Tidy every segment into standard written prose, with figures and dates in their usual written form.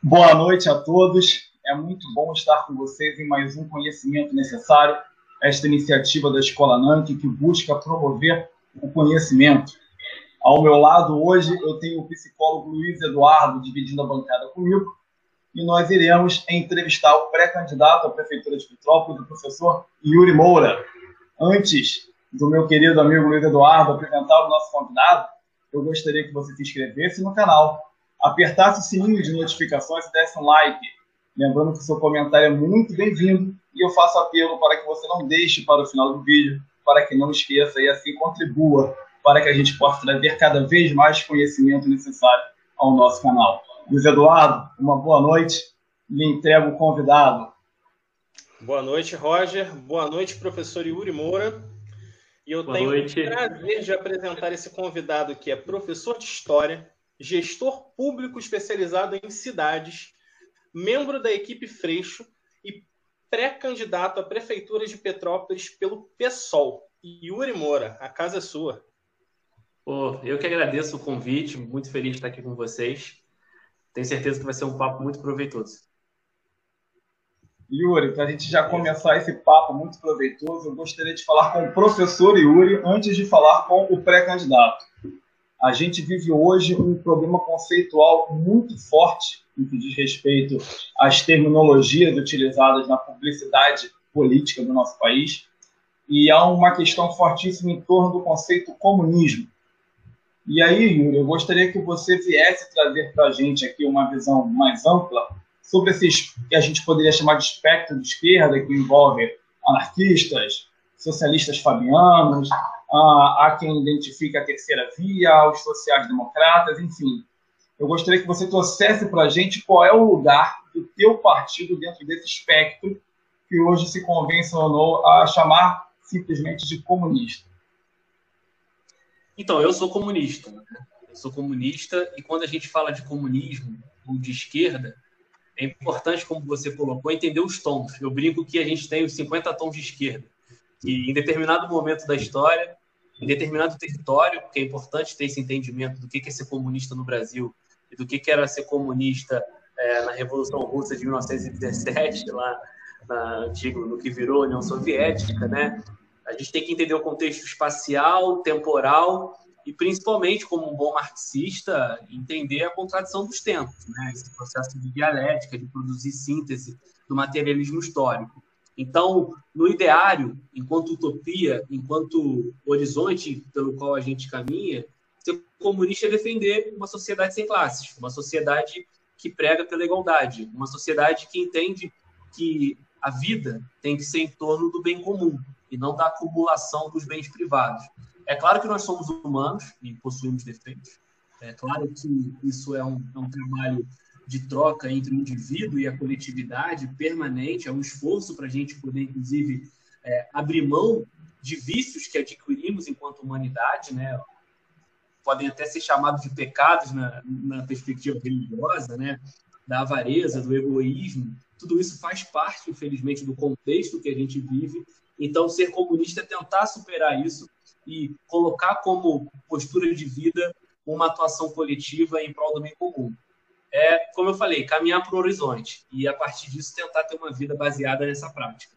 Boa noite a todos. É muito bom estar com vocês em mais um Conhecimento Necessário, esta iniciativa da Escola Nank que busca promover o conhecimento. Ao meu lado hoje eu tenho o psicólogo Luiz Eduardo dividindo a bancada comigo e nós iremos entrevistar o pré-candidato à Prefeitura de Petrópolis, o professor Yuri Moura. Antes do meu querido amigo Luiz Eduardo apresentar o nosso convidado, eu gostaria que você se inscrevesse no canal, apertasse o sininho de notificações e desse um like. Lembrando que o seu comentário é muito bem-vindo e eu faço apelo para que você não deixe para o final do vídeo, para que não esqueça e assim contribua para que a gente possa trazer cada vez mais conhecimento necessário ao nosso canal. Luiz Eduardo, uma boa noite. Lhe entrego o convidado. Boa noite, Roger. Boa noite, professor Yuri Moura. E eu tenho o prazer de apresentar esse convidado que é professor de História, gestor público especializado em cidades, membro da equipe Freixo e pré-candidato à Prefeitura de Petrópolis pelo PSOL. Yuri Moura, a casa é sua. Eu que agradeço o convite, muito feliz de estar aqui com vocês. Tenho certeza que vai ser um papo muito proveitoso. Yuri, para a gente já começar esse papo muito proveitoso, eu gostaria de falar com o professor Yuri antes de falar com o pré-candidato. A gente vive hoje um problema conceitual muito forte no que diz respeito às terminologias utilizadas na publicidade política do nosso país, e há uma questão fortíssima em torno do conceito comunismo. E aí, Yuri, eu gostaria que você viesse trazer para a gente aqui uma visão mais ampla sobre esses que a gente poderia chamar de espectro de esquerda, que envolve anarquistas, socialistas fabianos, há quem identifica a terceira via, os sociais-democratas, enfim. Eu gostaria que você trouxesse para a gente qual é o lugar do teu partido dentro desse espectro que hoje se convencionou a chamar simplesmente de comunista. Então, eu sou comunista, né? Eu sou comunista e quando a gente fala de comunismo ou de esquerda, é importante, como você colocou, entender os tons. Eu brinco que a gente tem os 50 tons de esquerda, que em determinado momento da história, em determinado território, porque é importante ter esse entendimento do que é ser comunista no Brasil e do que era ser comunista na Revolução Russa de 1917, lá no que virou União Soviética, né? A gente tem que entender o contexto espacial, temporal e, principalmente, como um bom marxista, entender a contradição dos tempos, né? Esse processo de dialética, de produzir síntese do materialismo histórico. Então, no ideário, enquanto utopia, enquanto horizonte pelo qual a gente caminha, ser comunista é defender uma sociedade sem classes, uma sociedade que prega pela igualdade, uma sociedade que entende que a vida tem que ser em torno do bem comum e não da acumulação dos bens privados. É claro que nós somos humanos e possuímos defeitos. É claro que isso é um trabalho de troca entre o indivíduo e a coletividade permanente, é um esforço para a gente poder, inclusive, abrir mão de vícios que adquirimos enquanto humanidade, né? Podem até ser chamados de pecados na perspectiva religiosa, né? Da avareza, do egoísmo. Tudo isso faz parte, infelizmente, do contexto que a gente vive. Então, ser comunista é tentar superar isso e colocar como postura de vida uma atuação coletiva em prol do bem comum. Como eu falei, caminhar para o horizonte e, a partir disso, tentar ter uma vida baseada nessa prática.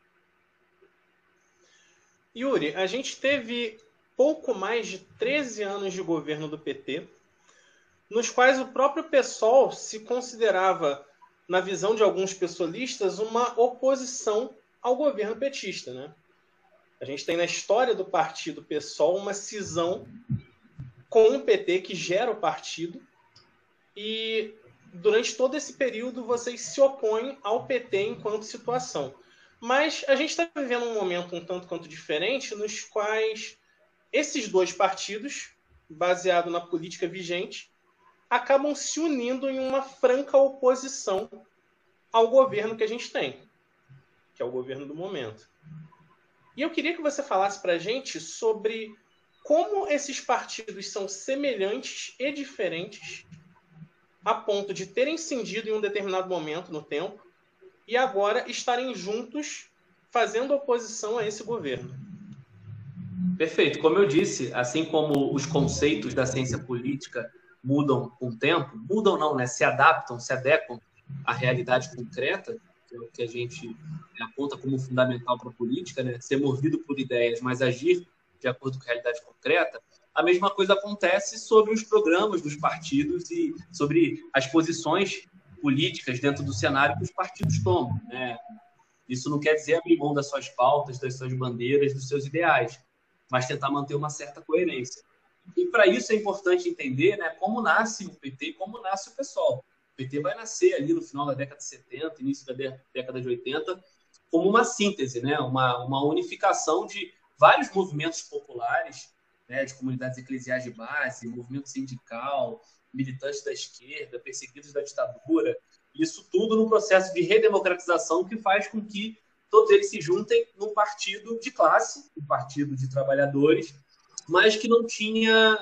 Yuri, a gente teve pouco mais de 13 anos de governo do PT, nos quais o próprio PSOL se considerava, na visão de alguns pessoalistas, uma oposição ao governo petista, né? A gente tem na história do partido PSOL uma cisão com o PT que gera o partido e durante todo esse período vocês se opõem ao PT enquanto situação. Mas a gente está vivendo um momento um tanto quanto diferente nos quais esses dois partidos, baseado na política vigente, acabam se unindo em uma franca oposição ao governo que a gente tem, que é o governo do momento. E eu queria que você falasse para a gente sobre como esses partidos são semelhantes e diferentes a ponto de terem cindido em um determinado momento no tempo e agora estarem juntos fazendo oposição a esse governo. Perfeito. Como eu disse, assim como os conceitos da ciência política mudam com o tempo, mudam não, né? Se adaptam, se adequam a realidade concreta, que é o que a gente aponta como fundamental para a política, né? Ser movido por ideias, mas agir de acordo com a realidade concreta, a mesma coisa acontece sobre os programas dos partidos e sobre as posições políticas dentro do cenário que os partidos tomam, né? Isso não quer dizer abrir mão das suas pautas, das suas bandeiras, dos seus ideais, mas tentar manter uma certa coerência. E para isso é importante entender, né, como nasce o PT e como nasce o PSOL. O PT vai nascer ali no final da década de 70, início da década de 80, como uma síntese, né, uma unificação de vários movimentos populares, né, de comunidades eclesiais de base, movimento sindical, militantes da esquerda, perseguidos da ditadura, isso tudo num processo de redemocratização que faz com que todos eles se juntem num partido de classe, um partido de trabalhadores, mas que não tinha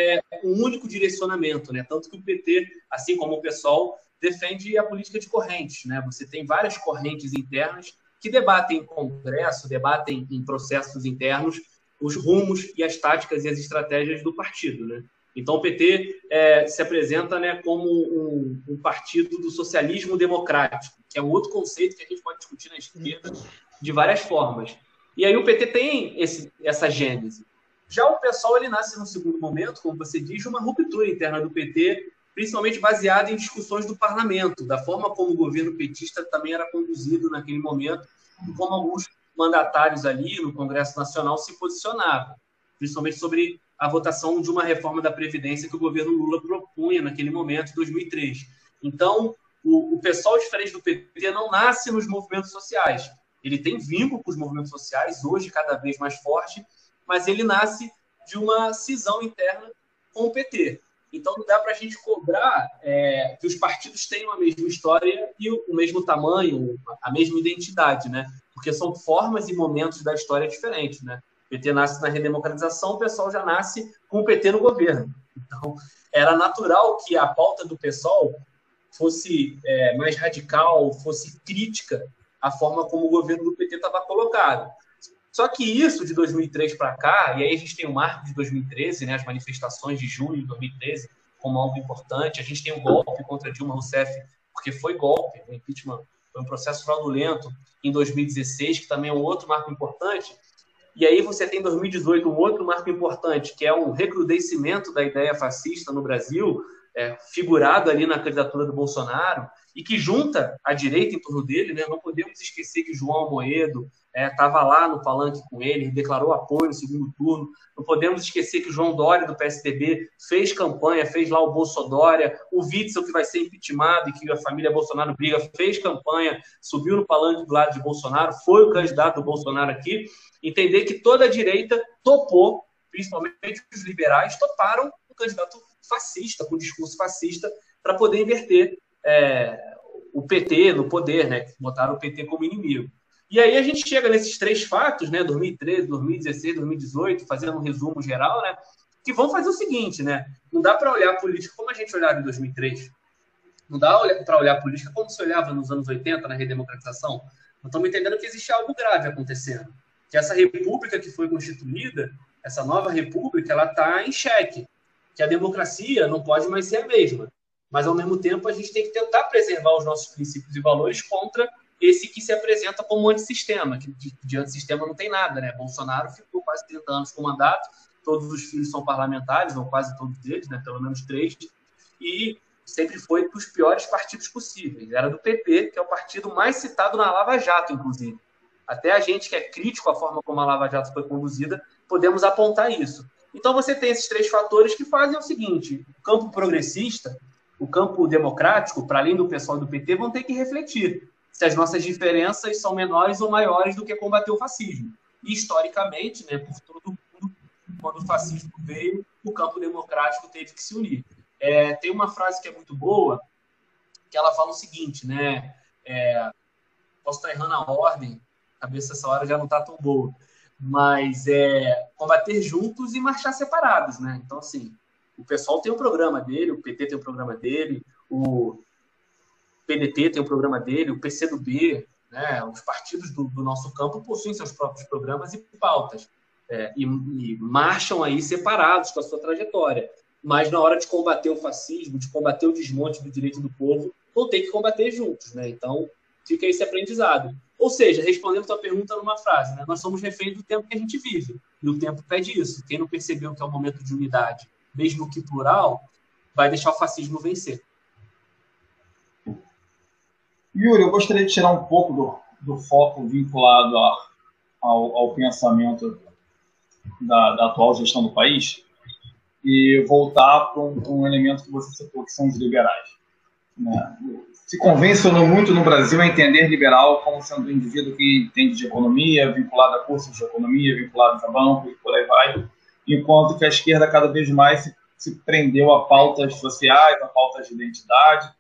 um único direcionamento, né? Tanto que o PT, assim como o PSOL, defende a política de correntes, né? Você tem várias correntes internas que debatem em congresso, debatem em processos internos os rumos e as táticas e as estratégias do partido, né? Então o PT se apresenta, né, como um partido do socialismo democrático, que é um outro conceito que a gente pode discutir na esquerda de várias formas. E aí o PT tem essa gênese. Já o PSOL, ele nasce num segundo momento, como você diz, uma ruptura interna do PT, principalmente baseada em discussões do parlamento, da forma como o governo petista também era conduzido naquele momento, e como alguns mandatários ali no Congresso Nacional se posicionavam, principalmente sobre a votação de uma reforma da Previdência que o governo Lula propunha naquele momento, em 2003. Então, o PSOL, diferente do PT, não nasce nos movimentos sociais. Ele tem vínculo com os movimentos sociais, hoje cada vez mais forte, mas ele nasce de uma cisão interna com o PT. Então, não dá para a gente cobrar que os partidos tenham a mesma história e o mesmo tamanho, a mesma identidade, né? Porque são formas e momentos da história diferentes, né? O PT nasce na redemocratização, o PSOL já nasce com o PT no governo. Então, era natural que a pauta do PSOL fosse mais radical, fosse crítica à forma como o governo do PT estava colocado. Só que isso de 2003 para cá, e aí a gente tem o marco de 2013, né, as manifestações de junho de 2013 como algo importante, a gente tem o golpe contra Dilma Rousseff, porque foi golpe, o impeachment foi um processo fraudulento em 2016, que também é um outro marco importante, e aí você tem em 2018 um outro marco importante, que é um recrudescimento da ideia fascista no Brasil, figurado ali na candidatura do Bolsonaro, e que junta a direita em torno dele, né? Não podemos esquecer que João Amoedo estava lá no palanque com ele, declarou apoio no segundo turno. Não podemos esquecer que João Dória, do PSDB, fez campanha, fez lá o Bolsodória, o Witzel, que vai ser impeachmentado e que a família Bolsonaro briga, fez campanha, subiu no palanque do lado de Bolsonaro, foi o candidato do Bolsonaro aqui. Entender que toda a direita topou, principalmente os liberais, toparam um candidato fascista, com discurso fascista, para poder inverter o PT no poder, né? Botaram o PT como inimigo. E aí a gente chega nesses três fatos, né? 2013, 2016, 2018, fazendo um resumo geral, né? Que vão fazer o seguinte, né? Não dá para olhar a política como a gente olhava em 2003. Não dá para olhar a política como se olhava nos anos 80, na redemocratização. Nós estamos entendendo que existe algo grave acontecendo. Que essa república que foi constituída, essa nova república, ela está em xeque. Que a democracia não pode mais ser a mesma. Mas, ao mesmo tempo, a gente tem que tentar preservar os nossos princípios e valores contra esse que se apresenta como antissistema, que de antissistema não tem nada, né? Bolsonaro ficou quase 30 anos com mandato, todos os filhos são parlamentares, ou quase todos eles, né? Pelo menos 3, e sempre foi dos piores partidos possíveis. Era do PP, que é o partido mais citado na Lava Jato, inclusive. Até a gente que é crítico à forma como a Lava Jato foi conduzida, podemos apontar isso. Então você tem esses três fatores que fazem o seguinte: o campo progressista, o campo democrático, para além do pessoal do PT, vão ter que refletir se as nossas diferenças são menores ou maiores do que combater o fascismo. E, historicamente, né, por todo mundo, quando o fascismo veio, o campo democrático teve que se unir. Tem uma frase que é muito boa, que ela fala o seguinte, né? Posso estar errando a ordem, a cabeça essa hora já não está tão boa, mas combater juntos e marchar separados, né? Então, assim, o pessoal tem um programa dele, o PT tem um programa dele, o PDT tem um programa dele, o PCdoB, né? Os partidos do nosso campo possuem seus próprios programas e pautas, e marcham aí separados com a sua trajetória. Mas na hora de combater o fascismo, de combater o desmonte do direito do povo, vão ter que combater juntos, né? Então, fica esse aprendizado. Ou seja, respondendo a tua pergunta numa frase, né? Nós somos reféns do tempo que a gente vive, e o tempo pede isso. Quem não percebeu que é um momento de unidade, mesmo que plural, vai deixar o fascismo vencer. Yuri, eu gostaria de tirar um pouco do foco vinculado ao pensamento da atual gestão do país e voltar para um elemento que você citou, que são os liberais, né? Se convencionou muito no Brasil a entender liberal como sendo um indivíduo que entende de economia, vinculado a cursos de economia, vinculados a banco e por aí vai, enquanto que a esquerda cada vez mais se prendeu a pautas sociais, a pautas de identidade,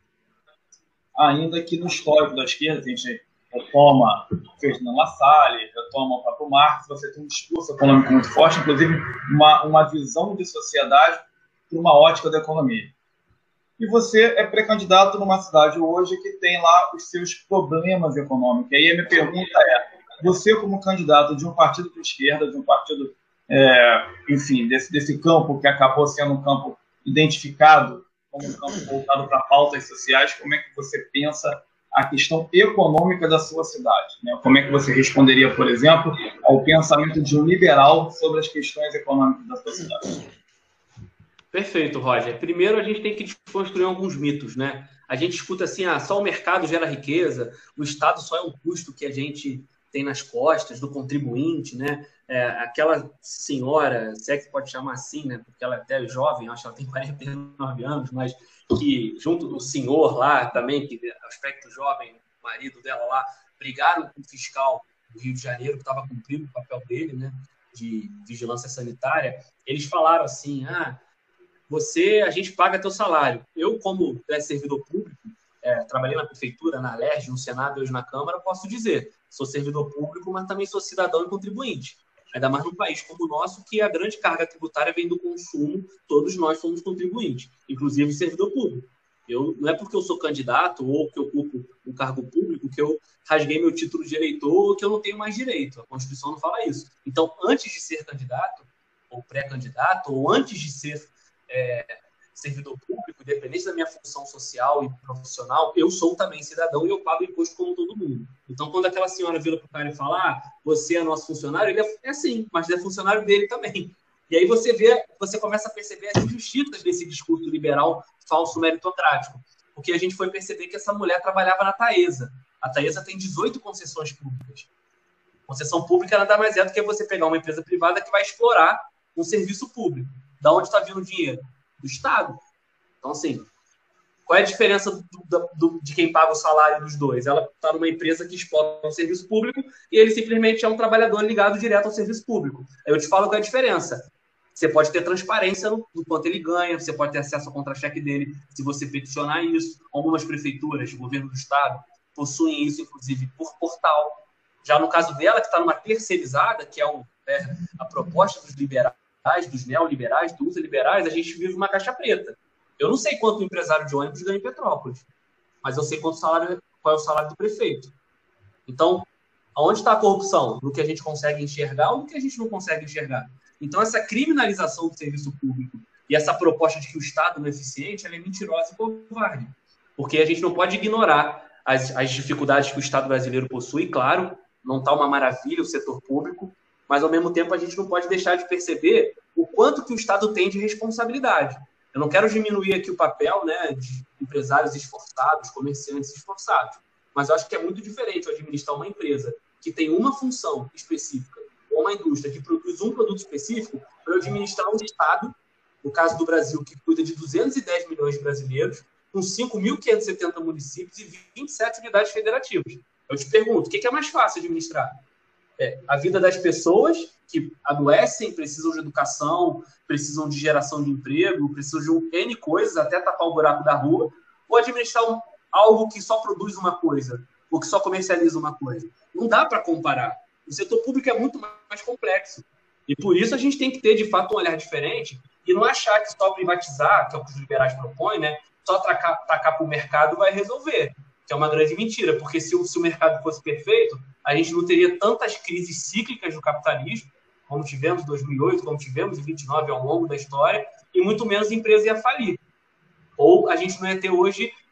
ainda que no histórico da esquerda, a gente retoma Ferdinand Lassalle, retoma o próprio Marx, você tem um discurso econômico muito forte, inclusive uma visão de sociedade por uma ótica da economia. E você é pré-candidato numa cidade hoje que tem lá os seus problemas econômicos. E aí a minha pergunta é, você como candidato de um partido de esquerda, de um partido, enfim, desse campo que acabou sendo um campo identificado como um campo voltado para pautas sociais, como é que você pensa a questão econômica da sua cidade, né? Como é que você responderia, por exemplo, ao pensamento de um liberal sobre as questões econômicas da sua cidade? Perfeito, Roger. Primeiro, a gente tem que desconstruir alguns mitos, né? A gente escuta assim, só o mercado gera riqueza, o Estado só é um custo que a gente tem nas costas do contribuinte, né? Aquela senhora, se é que pode chamar assim, né? Porque ela é até jovem, acho que ela tem 49 anos, mas que junto do senhor lá também, que aspecto jovem, o marido dela lá, brigaram com o fiscal do Rio de Janeiro, que estava cumprindo o papel dele, né? De vigilância sanitária. Eles falaram assim, a gente paga teu salário. Eu, como servidor público, trabalhei na prefeitura, na Alerj, no Senado e hoje na Câmara, posso dizer, sou servidor público, mas também sou cidadão e contribuinte. Ainda mais num país como o nosso, que a grande carga tributária vem do consumo, todos nós somos contribuintes, inclusive servidor público. Não é porque eu sou candidato ou que eu ocupo um cargo público que eu rasguei meu título de eleitor ou que eu não tenho mais direito. A Constituição não fala isso. Então, antes de ser candidato, ou pré-candidato, ou antes de ser servidor público, independente da minha função social e profissional, eu sou também cidadão e eu pago imposto como todo mundo. Então, quando aquela senhora vira para o cara e fala, você é nosso funcionário, ele é sim, mas é funcionário dele também. E aí você começa a perceber as injustiças desse discurso liberal falso meritocrático. Porque a gente foi perceber que essa mulher trabalhava na Taesa. A Taesa tem 18 concessões públicas. Concessão pública nada mais é do que você pegar uma empresa privada que vai explorar um serviço público. Da onde está vindo o dinheiro? Do Estado. Então, assim, qual é a diferença de quem paga o salário dos dois? Ela está numa empresa que explora um serviço público e ele simplesmente é um trabalhador ligado direto ao serviço público. Aí eu te falo qual é a diferença. Você pode ter transparência no quanto ele ganha, você pode ter acesso ao contra-cheque dele se você peticionar isso. Algumas prefeituras, governo do Estado, possuem isso, inclusive, por portal. Já no caso dela, que está numa terceirizada, que é a proposta dos liberais, dos neoliberais, dos ultraliberais, a gente vive uma caixa preta. Eu não sei quanto o empresário de ônibus ganha em Petrópolis, mas eu sei qual é o salário do prefeito. Então, aonde está a corrupção? No que a gente consegue enxergar ou no que a gente não consegue enxergar? Então, essa criminalização do serviço público e essa proposta de que o Estado não é eficiente, ela é mentirosa e covarde. Porque a gente não pode ignorar as dificuldades que o Estado brasileiro possui. Claro, não está uma maravilha o setor público, mas, ao mesmo tempo, a gente não pode deixar de perceber o quanto que o Estado tem de responsabilidade. Eu não quero diminuir aqui o papel, né, de empresários esforçados, comerciantes esforçados, mas eu acho que é muito diferente eu administrar uma empresa que tem uma função específica, ou uma indústria que produz um produto específico, para eu administrar um Estado, no caso do Brasil, que cuida de 210 milhões de brasileiros, com 5.570 municípios e 27 unidades federativas. Eu te pergunto, o que é mais fácil administrar? A vida das pessoas que adoecem, precisam de educação, precisam de geração de emprego, precisam de N coisas, até tapar o buraco da rua, ou administrar algo que só produz uma coisa, ou que só comercializa uma coisa. Não dá para comparar. O setor público é muito mais complexo. E por isso a gente tem que ter, de fato, um olhar diferente e não achar que só privatizar, que é o que os liberais propõem, né, só tacar para o mercado vai resolver, que é uma grande mentira, porque se o mercado fosse perfeito, a gente não teria tantas crises cíclicas do capitalismo, como tivemos em 2008, como tivemos em 29 ao longo da história, e muito menos a empresa ia falir. Ou a gente não ia ter hoje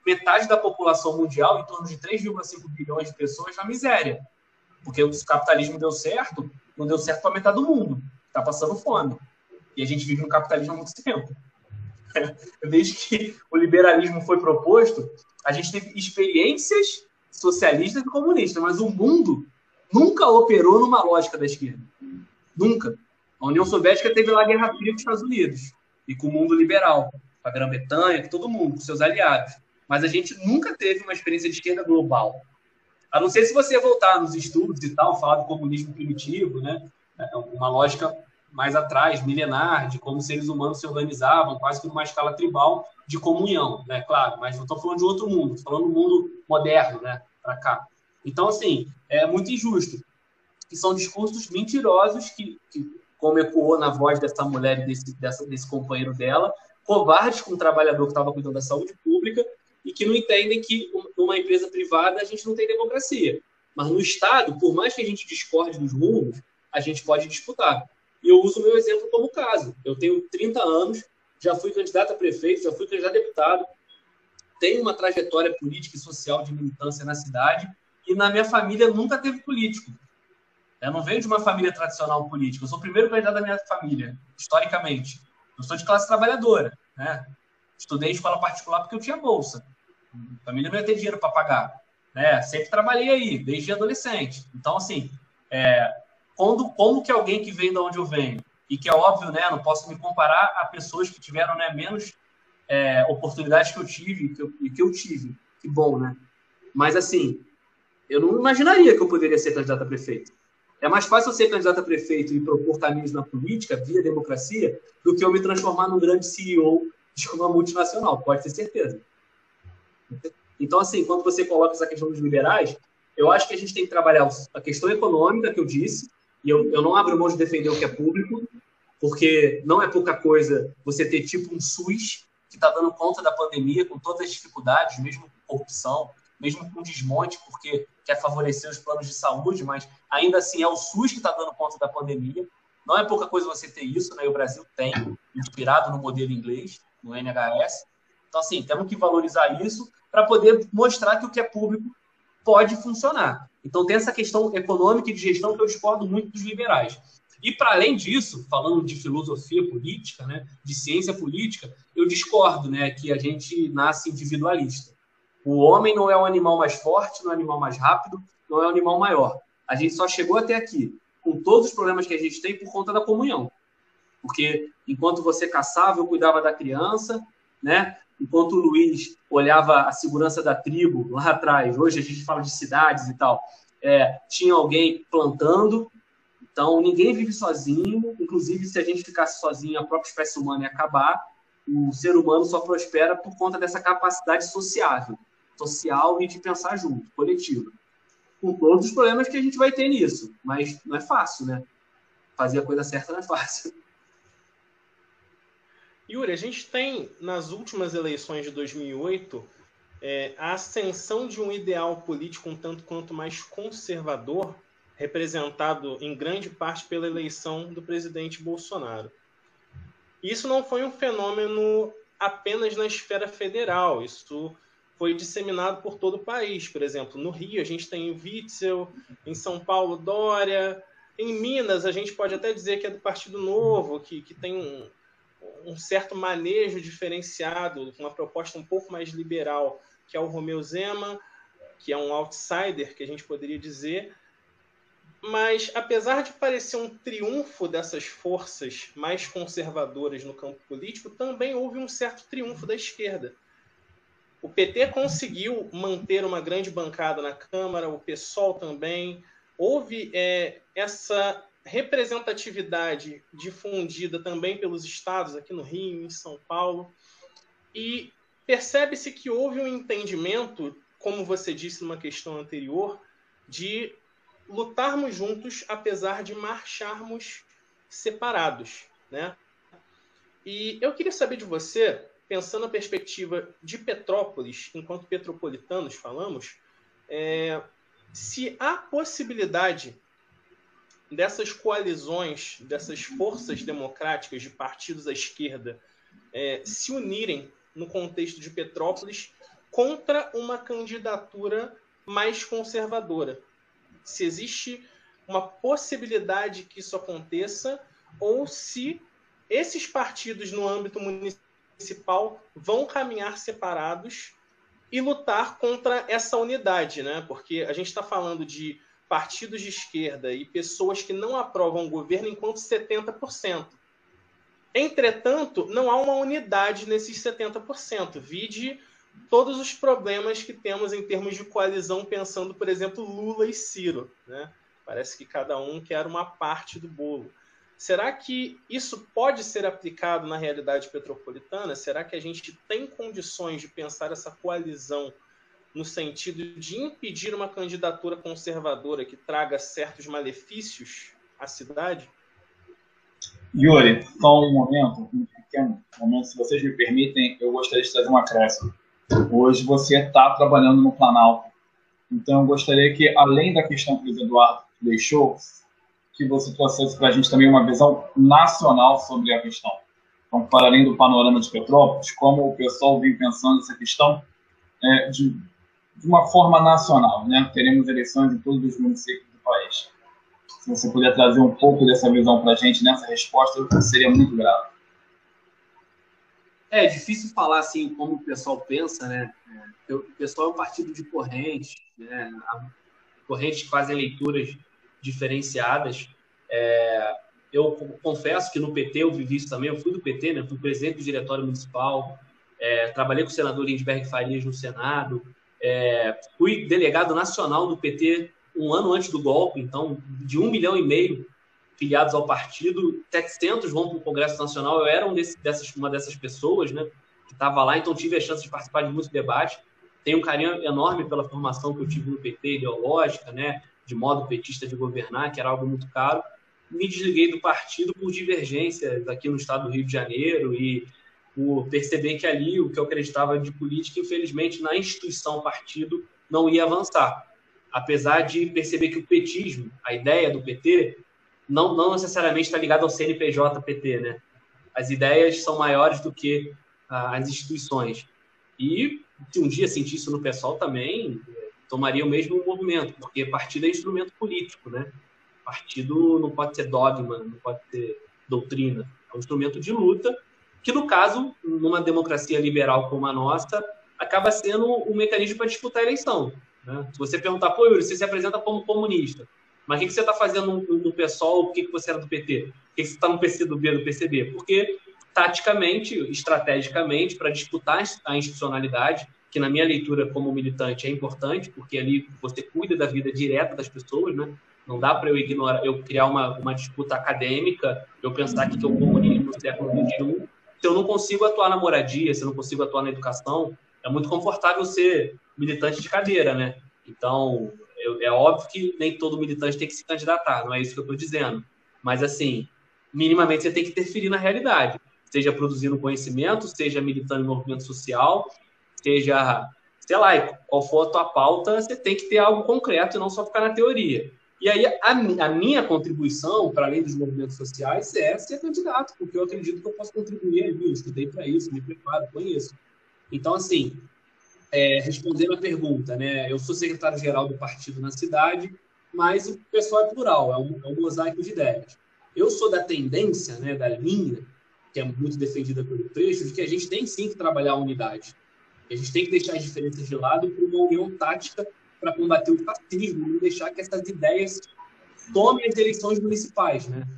metade da população mundial, em torno de 3,5 bilhões de pessoas, na miséria. Porque o capitalismo deu certo, não deu certo para metade do mundo. Está passando fome. E a gente vive no capitalismo há muito tempo. Desde que o liberalismo foi proposto, a gente teve experiências socialistas e comunistas, mas o mundo nunca operou numa lógica da esquerda. Nunca. A União Soviética teve lá a Guerra Fria com os Estados Unidos e com o mundo liberal, com a Grã-Bretanha, com todo mundo, com seus aliados. Mas a gente nunca teve uma experiência de esquerda global. A não ser se você voltar nos estudos e tal, falar do comunismo primitivo, né? Uma lógica mais atrás, milenar, de como os seres humanos se organizavam, quase que numa escala tribal de comunhão, né? Claro, mas não estou falando de outro mundo, estou falando do mundo moderno, né? Para cá. Então, assim, é muito injusto. E são discursos mentirosos que como ecoou na voz dessa mulher e desse companheiro dela, covardes com o trabalhador que estava cuidando da saúde pública e que não entendem que numa empresa privada a gente não tem democracia. Mas no Estado, por mais que a gente discorde dos rumos, a gente pode disputar. E eu uso o meu exemplo como caso. Eu tenho 30 anos, já fui candidato a prefeito, já fui candidato a deputado, tenho uma trajetória política e social de militância na cidade e na minha família nunca teve político. Eu não venho de uma família tradicional política. Eu sou o primeiro candidato da minha família, historicamente. Eu sou de classe trabalhadora, né? Estudei em escola particular porque eu tinha bolsa. A família não ia ter dinheiro para pagar, né? Sempre trabalhei aí, desde adolescente. Então, assim, como que alguém que vem de onde eu venho, e que é óbvio, né? Não posso me comparar a pessoas que tiveram, né, menos oportunidades que eu tive e que eu tive. Que bom, né? Mas, assim, eu não imaginaria que eu poderia ser candidato a prefeito. É mais fácil eu ser candidato a prefeito e propor caminhos na política, via democracia, do que eu me transformar num grande CEO de uma multinacional, pode ter certeza. Então, assim, quando você coloca essa questão dos liberais, eu acho que a gente tem que trabalhar a questão econômica, que eu disse, e eu não abro mão de defender o que é público, porque não é pouca coisa você ter tipo um SUS que está dando conta da pandemia, com todas as dificuldades, mesmo com corrupção, mesmo com desmonte, porque quer favorecer os planos de saúde, mas ainda assim é o SUS que está dando conta da pandemia. Não é pouca coisa você ter isso, né? O Brasil tem, inspirado no modelo inglês, no NHS. Então, assim, temos que valorizar isso para poder mostrar que o que é público pode funcionar. Então, tem essa questão econômica e de gestão que eu discordo muito dos liberais. E, para além disso, falando de filosofia política, né, de ciência política, eu discordo, né, que a gente nasce individualista. O homem não é o animal mais forte, não é o animal mais rápido, não é o animal maior. A gente só chegou até aqui com todos os problemas que a gente tem por conta da comunhão. Porque enquanto você caçava, eu cuidava da criança, né? Enquanto o Luiz olhava a segurança da tribo lá atrás, hoje a gente fala de cidades e tal, tinha alguém plantando. Então, ninguém vive sozinho. Inclusive, se a gente ficasse sozinho, a própria espécie humana ia acabar. O ser humano só prospera por conta dessa capacidade social e de pensar junto, coletivo. Com todos os problemas que a gente vai ter nisso. Mas não é fácil, né? Fazer a coisa certa não é fácil. Yuri, a gente tem, nas últimas eleições de 2008, a ascensão de um ideal político um tanto quanto mais conservador, representado em grande parte pela eleição do presidente Bolsonaro. Isso não foi um fenômeno apenas na esfera federal, isso foi disseminado por todo o país. Por exemplo, no Rio a gente tem o Witzel, em São Paulo Dória, em Minas a gente pode até dizer que é do Partido Novo, que tem um certo manejo diferenciado, uma proposta um pouco mais liberal, que é o Romeu Zema, que é um outsider, que a gente poderia dizer. Mas, apesar de parecer um triunfo dessas forças mais conservadoras no campo político, também houve um certo triunfo da esquerda. O PT conseguiu manter uma grande bancada na Câmara, o PSOL também. Houve essa representatividade difundida também pelos estados, aqui no Rio, em São Paulo. E percebe-se que houve um entendimento, como você disse numa questão anterior, de lutarmos juntos, apesar de marcharmos separados, né? E eu queria saber de você, pensando na perspectiva de Petrópolis, enquanto petropolitanos falamos, se há possibilidade dessas coalizões, dessas forças democráticas de partidos à esquerda se unirem no contexto de Petrópolis contra uma candidatura mais conservadora. Se existe uma possibilidade que isso aconteça, ou se esses partidos no âmbito municipal vão caminhar separados e lutar contra essa unidade, né? Porque a gente está falando de partidos de esquerda e pessoas que não aprovam o governo enquanto 70%. Entretanto, não há uma unidade nesses 70%. Vide todos os problemas que temos em termos de coalizão, pensando, por exemplo, Lula e Ciro, né? Parece que cada um quer uma parte do bolo. Será que isso pode ser aplicado na realidade petropolitana? Será que a gente tem condições de pensar essa coalizão no sentido de impedir uma candidatura conservadora que traga certos malefícios à cidade? Yuri, só um pequeno momento, se vocês me permitem, eu gostaria de trazer um acréscimo. Hoje você está trabalhando no Planalto, então eu gostaria que, além da questão que o Eduardo deixou, que você trouxesse para a gente também uma visão nacional sobre a questão. Então, para além do panorama de Petrópolis, como o pessoal vem pensando essa questão de uma forma nacional, né? Teremos eleições em todos os municípios do país. Se você puder trazer um pouco dessa visão para a gente nessa resposta, seria muito grato. É difícil falar assim como o pessoal pensa, né? O pessoal é um partido de corrente, né? Correntes que fazem leituras diferenciadas. Eu confesso que no PT eu vivi isso também. Eu fui do PT, né? Fui presidente do diretório municipal, trabalhei com o senador Lindbergh Farias no Senado, fui delegado nacional do PT um ano antes do golpe, então de 1,5 milhão filiados ao partido, 700 vão para o Congresso Nacional. Eu era uma dessas pessoas, né, que estava lá, então tive a chance de participar de muitos debates. Tenho um carinho enorme pela formação que eu tive no PT, ideológica, né, de modo petista de governar, que era algo muito caro. Me desliguei do partido por divergências aqui no estado do Rio de Janeiro e por perceber que ali o que eu acreditava de política, infelizmente, na instituição partido, não ia avançar. Apesar de perceber que o petismo, a ideia do PT, não necessariamente está ligada ao CNPJ-PT, né? As ideias são maiores do que as instituições. E se um dia sentir isso no pessoal também, tomaria o mesmo movimento, porque partido é instrumento político, né? Partido não pode ser dogma, não pode ser doutrina. É um instrumento de luta que, no caso, numa democracia liberal como a nossa, acaba sendo um mecanismo para disputar a eleição, né? Se você perguntar, pô, Yuri, você se apresenta como comunista, mas o que você está fazendo no PSOL? Por que você era do PT? Por que você está no PCdoB, do PCB? Porque, taticamente, estrategicamente, para disputar a institucionalidade, que na minha leitura como militante é importante, porque ali você cuida da vida direta das pessoas, né? Não dá para eu criar uma disputa acadêmica, eu pensar que é o comunismo no século XXI, se eu não consigo atuar na moradia, se eu não consigo atuar na educação. É muito confortável ser militante de cadeira, né? Então, é óbvio que nem todo militante tem que se candidatar, não é isso que eu estou dizendo. Mas, assim, minimamente você tem que interferir na realidade. Seja produzindo conhecimento, seja militando em movimento social, seja, sei lá, qual for a tua pauta, você tem que ter algo concreto e não só ficar na teoria. E aí, a minha contribuição, para além dos movimentos sociais, é ser candidato, porque eu acredito que eu posso contribuir ali, eu estudei para isso, me preparo, conheço. Então, assim, respondendo a pergunta, né? Eu sou secretário-geral do partido na cidade, mas o pessoal é plural, é um mosaico de ideias. Eu sou da tendência, né, da linha, que é muito defendida pelo trecho, de que a gente tem sim que trabalhar a unidade. A gente tem que deixar as diferenças de lado para uma união tática para combater o fascismo, não deixar que essas ideias tomem as eleições municipais, né?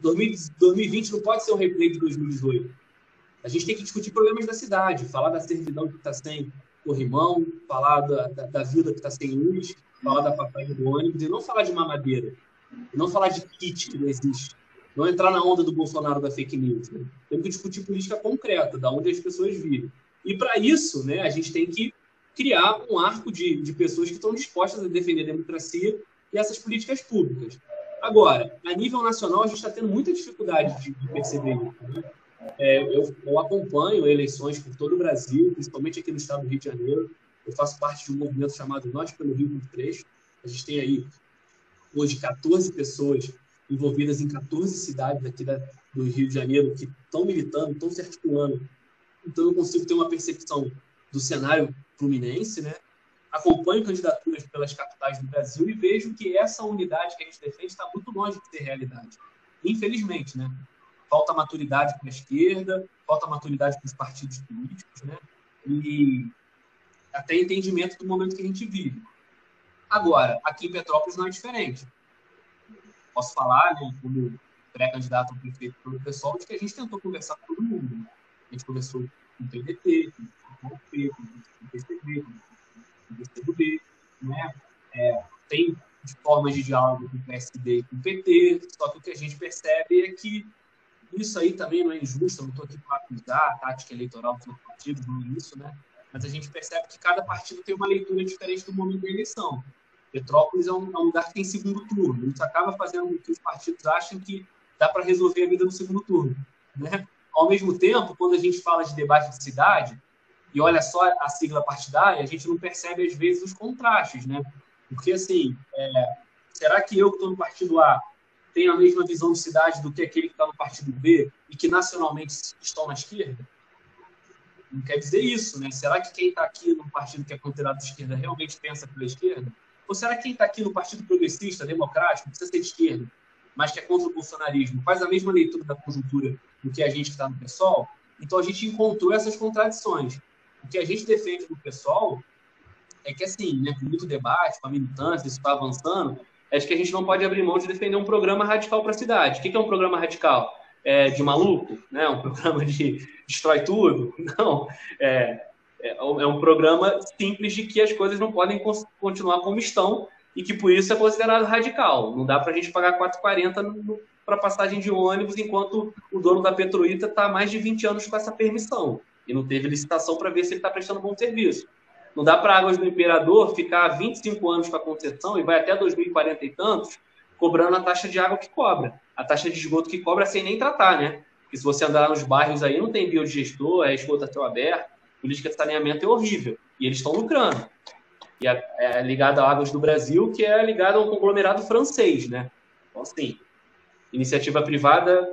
2020 não pode ser um replay de 2018. A gente tem que discutir problemas da cidade, falar da servidão que está sem corrimão, falar da vila que está sem luz, falar da papai do ônibus, e não falar de mamadeira, não falar de kit que não existe, não entrar na onda do Bolsonaro da fake news, né? Temos que discutir política concreta, da onde as pessoas vivem. E para isso, né, a gente tem que criar um arco de pessoas que estão dispostas a defender a democracia e essas políticas públicas. Agora, a nível nacional, a gente está tendo muita dificuldade de perceber isso, né? Eu acompanho eleições por todo o Brasil, principalmente aqui no estado do Rio de Janeiro. Eu faço parte de um movimento chamado Nós pelo Rio por Trecho. A gente tem aí, hoje, 14 pessoas envolvidas em 14 cidades aqui do Rio de Janeiro que estão militando, estão se articulando. Então, eu consigo ter uma percepção do cenário fluminense, né? Acompanho candidaturas pelas capitais do Brasil e vejo que essa unidade que a gente defende está muito longe de ser realidade. Infelizmente, né? Falta maturidade para a esquerda, falta maturidade para os partidos políticos, né? E até entendimento do momento que a gente vive. Agora, aqui em Petrópolis não é diferente. Posso falar, né, como pré-candidato ao prefeito pelo pessoal, de que a gente tentou conversar com todo mundo. Né? A gente conversou com o PDT, com o PSB, com o PCB, com o PCdoB, né? Tem formas de diálogo com o PSD e com o PT, só que o que a gente percebe é que isso aí também não é injusto, eu não estou aqui para acusar a tática eleitoral dos outros partidos, não é isso, né? Mas a gente percebe que cada partido tem uma leitura diferente do momento da eleição. Petrópolis é um lugar que tem segundo turno. Isso acaba fazendo com que os partidos achem que dá para resolver a vida no segundo turno, né? Ao mesmo tempo, quando a gente fala de debate de cidade, e olha só a sigla partidária, a gente não percebe, às vezes, os contrastes, né? Porque, assim, será que eu que estou no partido A tenho a mesma visão de cidade do que aquele que está no partido B e que nacionalmente estão na esquerda? Não quer dizer isso, né? Será que quem está aqui no partido que é considerado de esquerda realmente pensa pela esquerda? Ou será que quem está aqui no Partido Progressista, Democrático, precisa ser de esquerda, mas que é contra o bolsonarismo, faz a mesma leitura da conjuntura do que a gente que está no PSOL? Então a gente encontrou essas contradições. O que a gente defende no PSOL é que, assim, né, com muito debate, com a militância, isso está avançando, é de que a gente não pode abrir mão de defender um programa radical para a cidade. O que é um programa radical? De maluco? Né? Um programa de destrói tudo? Não. É um programa simples de que as coisas não podem continuar como estão e que por isso é considerado radical. Não dá para a gente pagar 4,40 para passagem de ônibus enquanto o dono da Petroita está há mais de 20 anos com essa permissão e não teve licitação para ver se ele está prestando bom serviço. Não dá para Águas do Imperador ficar 25 anos com a concessão e vai até 2040 e tantos cobrando a taxa de água que cobra, a taxa de esgoto que cobra sem nem tratar, né? Porque se você andar nos bairros aí, não tem biodigestor, é esgoto a céu aberto, política de saneamento é horrível. E eles estão lucrando. E é ligado a Águas do Brasil, que é ligado a um conglomerado francês, né? Então, assim, iniciativa privada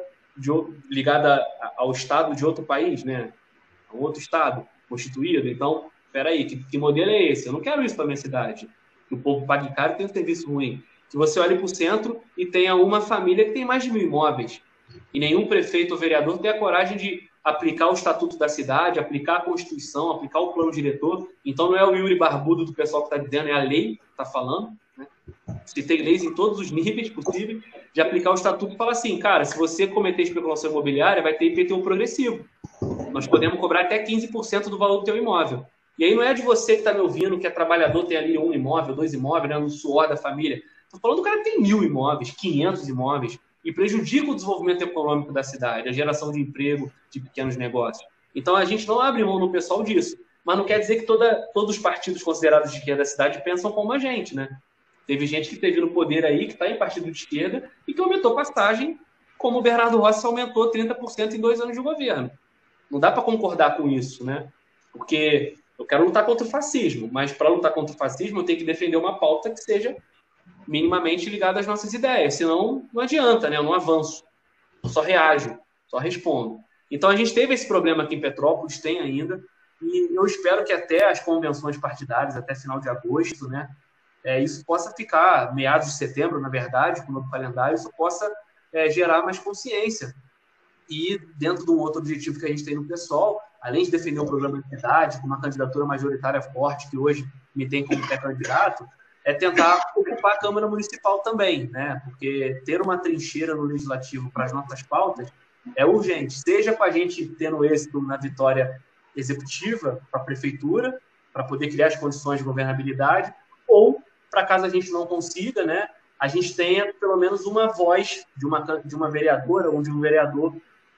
ligada ao Estado de outro país, né? A um outro Estado constituído. Então, peraí, que modelo é esse? Eu não quero isso para minha cidade. Que o povo pague caro e tenha um serviço ruim. Que você olhe para o centro e tenha uma família que tem mais de 1.000 imóveis. E nenhum prefeito ou vereador tem a coragem de aplicar o estatuto da cidade, aplicar a Constituição, aplicar o plano diretor. Então não é o Yuri Barbudo do pessoal que está dizendo, é a lei que está falando. Né? Se tem leis em todos os níveis possíveis de aplicar o estatuto e falar assim, cara, se você cometer especulação imobiliária, vai ter IPTU progressivo. Nós podemos cobrar até 15% do valor do teu imóvel. E aí não é de você que está me ouvindo, que é trabalhador, tem ali 1 imóvel, 2 imóveis, né, no suor da família. Estou falando do cara que tem 1.000 imóveis, 500 imóveis, e prejudica o desenvolvimento econômico da cidade, a geração de emprego de pequenos negócios. Então, a gente não abre mão no pessoal disso. Mas não quer dizer que todos os partidos considerados de esquerda da cidade pensam como a gente, né? Teve gente que teve no poder aí, que está em partido de esquerda, e que aumentou passagem, como o Bernardo Rossi aumentou 30% em 2 anos de governo. Não dá para concordar com isso, né? Porque eu quero lutar contra o fascismo, mas para lutar contra o fascismo eu tenho que defender uma pauta que seja minimamente ligada às nossas ideias, senão não adianta, né? Eu não avanço, eu só reajo, só respondo. Então a gente teve esse problema aqui em Petrópolis, tem ainda, e eu espero que até as convenções partidárias, até final de agosto, né, isso possa ficar, meados de setembro, na verdade, com o novo calendário, isso possa gerar mais consciência. E dentro de um outro objetivo que a gente tem no PSOL, além de defender um programa de cidade, com uma candidatura majoritária forte, que hoje me tem como pré-candidato, é tentar ocupar a Câmara Municipal também, né? Porque ter uma trincheira no Legislativo para as nossas pautas é urgente, seja para a gente tendo êxito na vitória executiva para a Prefeitura, para poder criar as condições de governabilidade, ou para caso a gente não consiga, né, a gente tenha pelo menos uma voz de uma vereadora ou de um vereador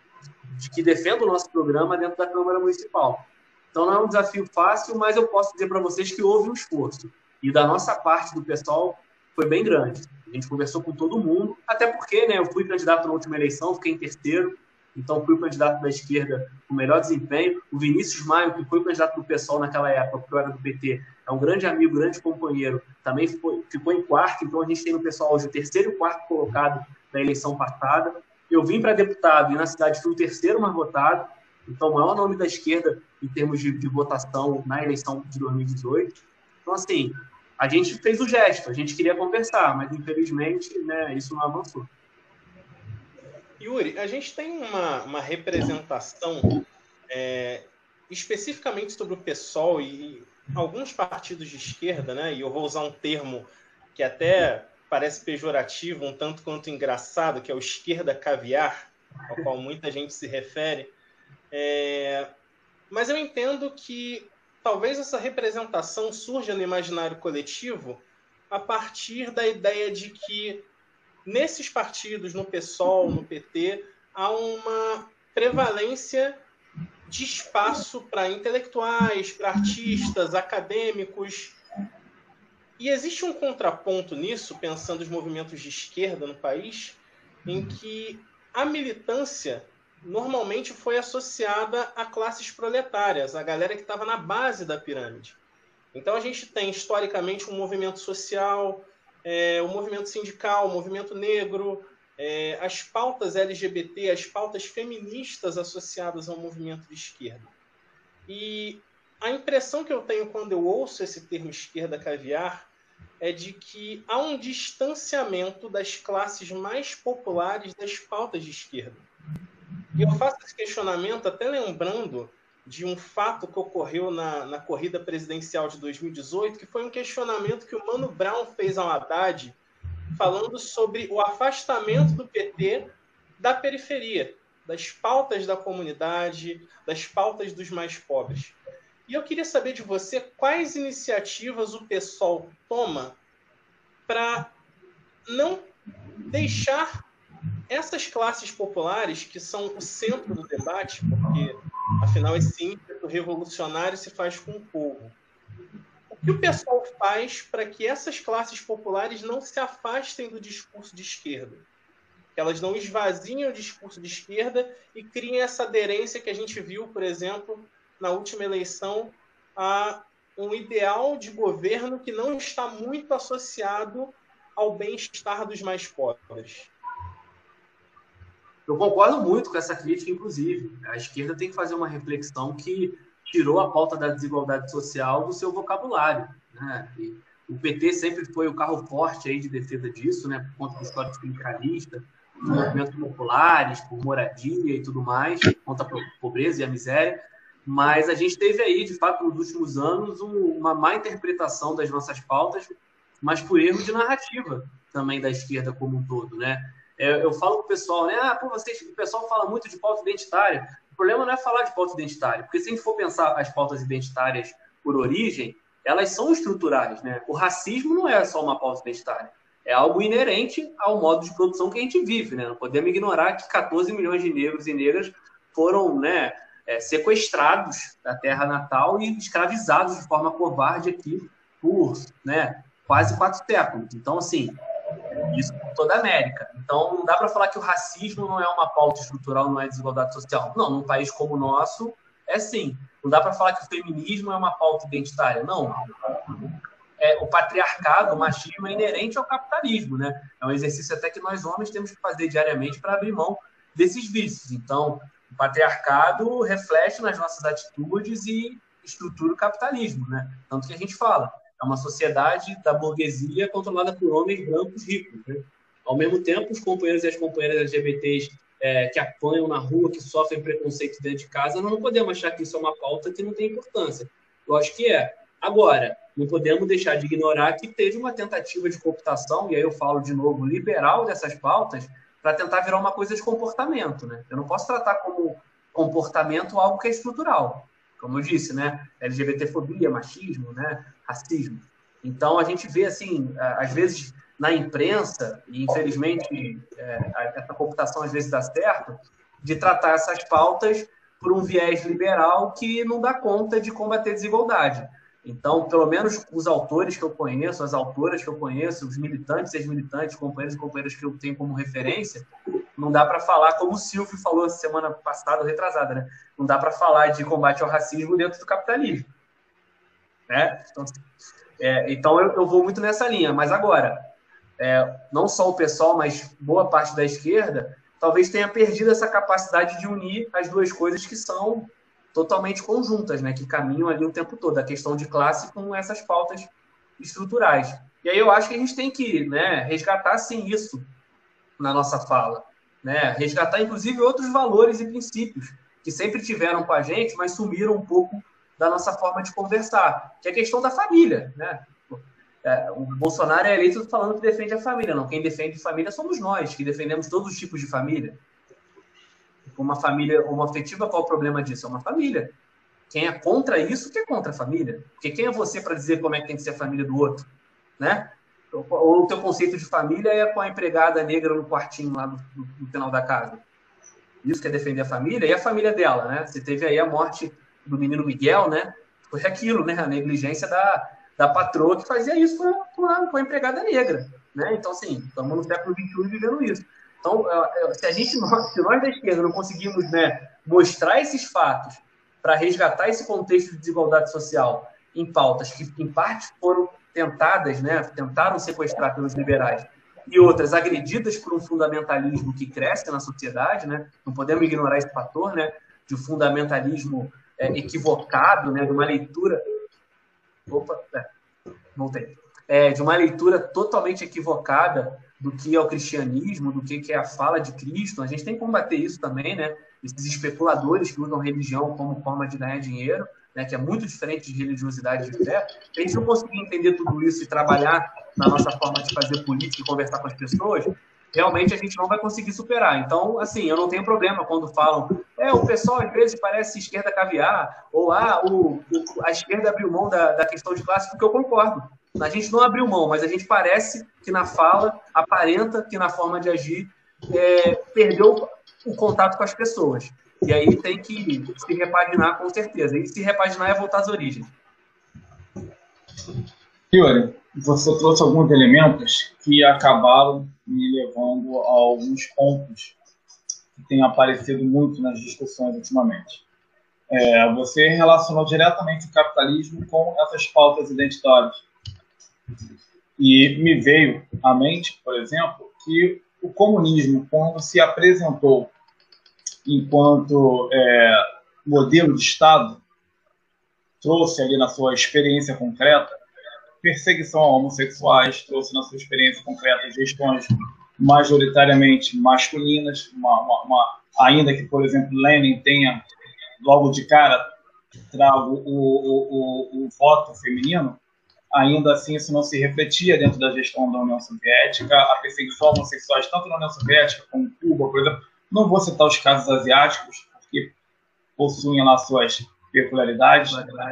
que defenda o nosso programa dentro da Câmara Municipal. Então não é um desafio fácil, mas eu posso dizer para vocês que houve um esforço. E da nossa parte do pessoal foi bem grande. A gente conversou com todo mundo, até porque, né, eu fui candidato na última eleição, fiquei em terceiro, então fui o candidato da esquerda com melhor desempenho. O Vinícius Maio, que foi o candidato do PSOL naquela época, porque eu era do PT, é um grande amigo, grande companheiro, também ficou em quarto, então a gente tem no PSOL hoje o terceiro e o quarto colocado da eleição passada. Eu vim para deputado e na cidade fui o terceiro mais votado, Então, o maior nome da esquerda em termos de votação na eleição de 2018. Então, assim, a gente fez o gesto, a gente queria conversar, mas, infelizmente, né, isso não avançou. Yuri, a gente tem uma representação especificamente sobre o PSOL e alguns partidos de esquerda, né? E eu vou usar um termo que até parece pejorativo, um tanto quanto engraçado, que é o esquerda caviar, ao qual muita gente se refere. Mas eu entendo que talvez essa representação surja no imaginário coletivo a partir da ideia de que nesses partidos, no PSOL, no PT, há uma prevalência de espaço para intelectuais, para artistas, acadêmicos. E existe um contraponto nisso, pensando os movimentos de esquerda no país, em que a militância normalmente foi associada a classes proletárias, a galera que estava na base da pirâmide. Então a gente tem, historicamente, um movimento social, o movimento sindical, o movimento negro, as pautas LGBT, as pautas feministas associadas ao movimento de esquerda. E a impressão que eu tenho quando eu ouço esse termo esquerda caviar é de que há um distanciamento das classes mais populares das pautas de esquerda. E eu faço esse questionamento até lembrando de um fato que ocorreu na corrida presidencial de 2018, que foi um questionamento que o Mano Brown fez ao Haddad, falando sobre o afastamento do PT da periferia, das pautas da comunidade, das pautas dos mais pobres. E eu queria saber de você quais iniciativas o PSOL toma para não deixar essas classes populares, que são o centro do debate, porque, afinal, esse ímpeto revolucionário se faz com o povo. O que o PSOL faz para que essas classes populares não se afastem do discurso de esquerda? Que elas não esvaziem o discurso de esquerda e criem essa aderência que a gente viu, por exemplo, na última eleição, a um ideal de governo que não está muito associado ao bem-estar dos mais pobres. Eu concordo muito com essa crítica, inclusive. A esquerda tem que fazer uma reflexão que tirou a pauta da desigualdade social do seu vocabulário, né? E o PT sempre foi o carro forte aí de defesa disso, né? Por conta do histórico sindicalista, dos movimentos populares, por moradia e tudo mais, contra a pobreza e a miséria. Mas a gente teve aí, de fato, nos últimos anos, uma má interpretação das nossas pautas, mas por erro de narrativa também da esquerda como um todo, né? Eu falo pro pessoal, né? O pessoal fala muito de pauta identitária. O problema não é falar de pauta identitária, porque se a gente for pensar as pautas identitárias por origem, elas são estruturais, né? O racismo não é só uma pauta identitária, é algo inerente ao modo de produção que a gente vive, né? Não podemos ignorar que 14 milhões de negros e negras foram, né, sequestrados da terra natal e escravizados de forma covarde aqui por, né, quase 4 séculos. Então, assim, isso por toda a América. Então, não dá para falar que o racismo não é uma pauta estrutural, não é desigualdade social. Não, num país como o nosso, é sim. Não dá para falar que o feminismo é uma pauta identitária. Não. O patriarcado, o machismo é inerente ao capitalismo, né? É um exercício até que nós homens temos que fazer diariamente para abrir mão desses vícios. Então, o patriarcado reflete nas nossas atitudes e estrutura o capitalismo, né? Tanto que a gente fala, é uma sociedade da burguesia controlada por homens brancos ricos, né? Ao mesmo tempo, os companheiros e as companheiras LGBTs que apanham na rua, que sofrem preconceito dentro de casa, nós não podemos achar que isso é uma pauta que não tem importância. Eu acho que é. Agora, não podemos deixar de ignorar que teve uma tentativa de cooptação, e aí eu falo de novo, liberal dessas pautas, para tentar virar uma coisa de comportamento, né? Eu não posso tratar como comportamento algo que é estrutural. Como eu disse, né? LGBTfobia, machismo, né? Racismo. Então, a gente vê, assim, às vezes, na imprensa, e infelizmente essa cooptação às vezes dá certo, de tratar essas pautas por um viés liberal que não dá conta de combater a desigualdade. Então, pelo menos os autores que eu conheço, as autoras que eu conheço, os militantes e as militantes, companheiros e companheiras que eu tenho como referência, não dá para falar, como o Silvio falou semana passada, retrasada, né? Não dá para falar de combate ao racismo dentro do capitalismo, né? Então eu vou muito nessa linha. Mas agora, não só o pessoal, mas boa parte da esquerda talvez tenha perdido essa capacidade de unir as duas coisas que são totalmente conjuntas, né, que caminham ali o tempo todo, a questão de classe com essas pautas estruturais. E aí eu acho que a gente tem que, né, resgatar, sim, isso na nossa fala, né, resgatar, inclusive, outros valores e princípios que sempre tiveram com a gente, mas sumiram um pouco da nossa forma de conversar, que é a questão da família, né? O Bolsonaro é eleito falando que defende a família. Não, quem defende família somos nós, que defendemos todos os tipos de família. Uma família homoafetiva, qual o problema disso? É uma família. Quem é contra isso, que é contra a família. Porque quem é você para dizer como é que tem que ser a família do outro? Né? Ou o teu conceito de família é com a empregada negra no quartinho lá no final da casa. Isso que é defender a família e a família dela, né? Você teve aí a morte do menino Miguel, né? Foi aquilo, né? A negligência da patroa que fazia isso com a empregada negra, né? Então, assim, estamos no século XXI vivendo isso. Então, se nós da esquerda não conseguimos, né, mostrar esses fatos para resgatar esse contexto de desigualdade social em pautas que, em parte, foram tentadas, né, tentaram sequestrar pelos liberais, e outras agredidas por um fundamentalismo que cresce na sociedade, né? Não podemos ignorar esse fator, né, de um fundamentalismo equivocado, né, de uma leitura... voltei. De uma leitura totalmente equivocada do que é o cristianismo, do que é a fala de Cristo. A gente tem que combater isso também, né? Esses especuladores que usam religião como forma de ganhar dinheiro, né? Que é muito diferente de religiosidade de fé. Se a gente não conseguir entender tudo isso e trabalhar na nossa forma de fazer política e conversar com as pessoas, realmente a gente não vai conseguir superar. Então, assim, eu não tenho problema quando falam o pessoal às vezes parece esquerda caviar, ou a esquerda abriu mão da questão de classe, porque eu concordo. A gente não abriu mão, mas a gente parece que na fala, aparenta que na forma de agir, perdeu o contato com as pessoas. E aí tem que se repaginar com certeza. E se repaginar é voltar às origens. Yuri, você trouxe alguns elementos que acabaram me levando a alguns pontos que têm aparecido muito nas discussões ultimamente. Você relacionou diretamente o capitalismo com essas pautas identitárias. E me veio à mente, por exemplo, que o comunismo, quando se apresentou enquanto modelo de Estado, trouxe ali na sua experiência concreta perseguição a homossexuais, trouxe na sua experiência concreta gestões majoritariamente masculinas, ainda que, por exemplo, Lenin tenha logo de cara trago o voto feminino, ainda assim isso não se refletia dentro da gestão da União Soviética. A perseguição a homossexuais, tanto na União Soviética como Cuba, por exemplo, não vou citar os casos asiáticos, porque possuem lá suas peculiaridades.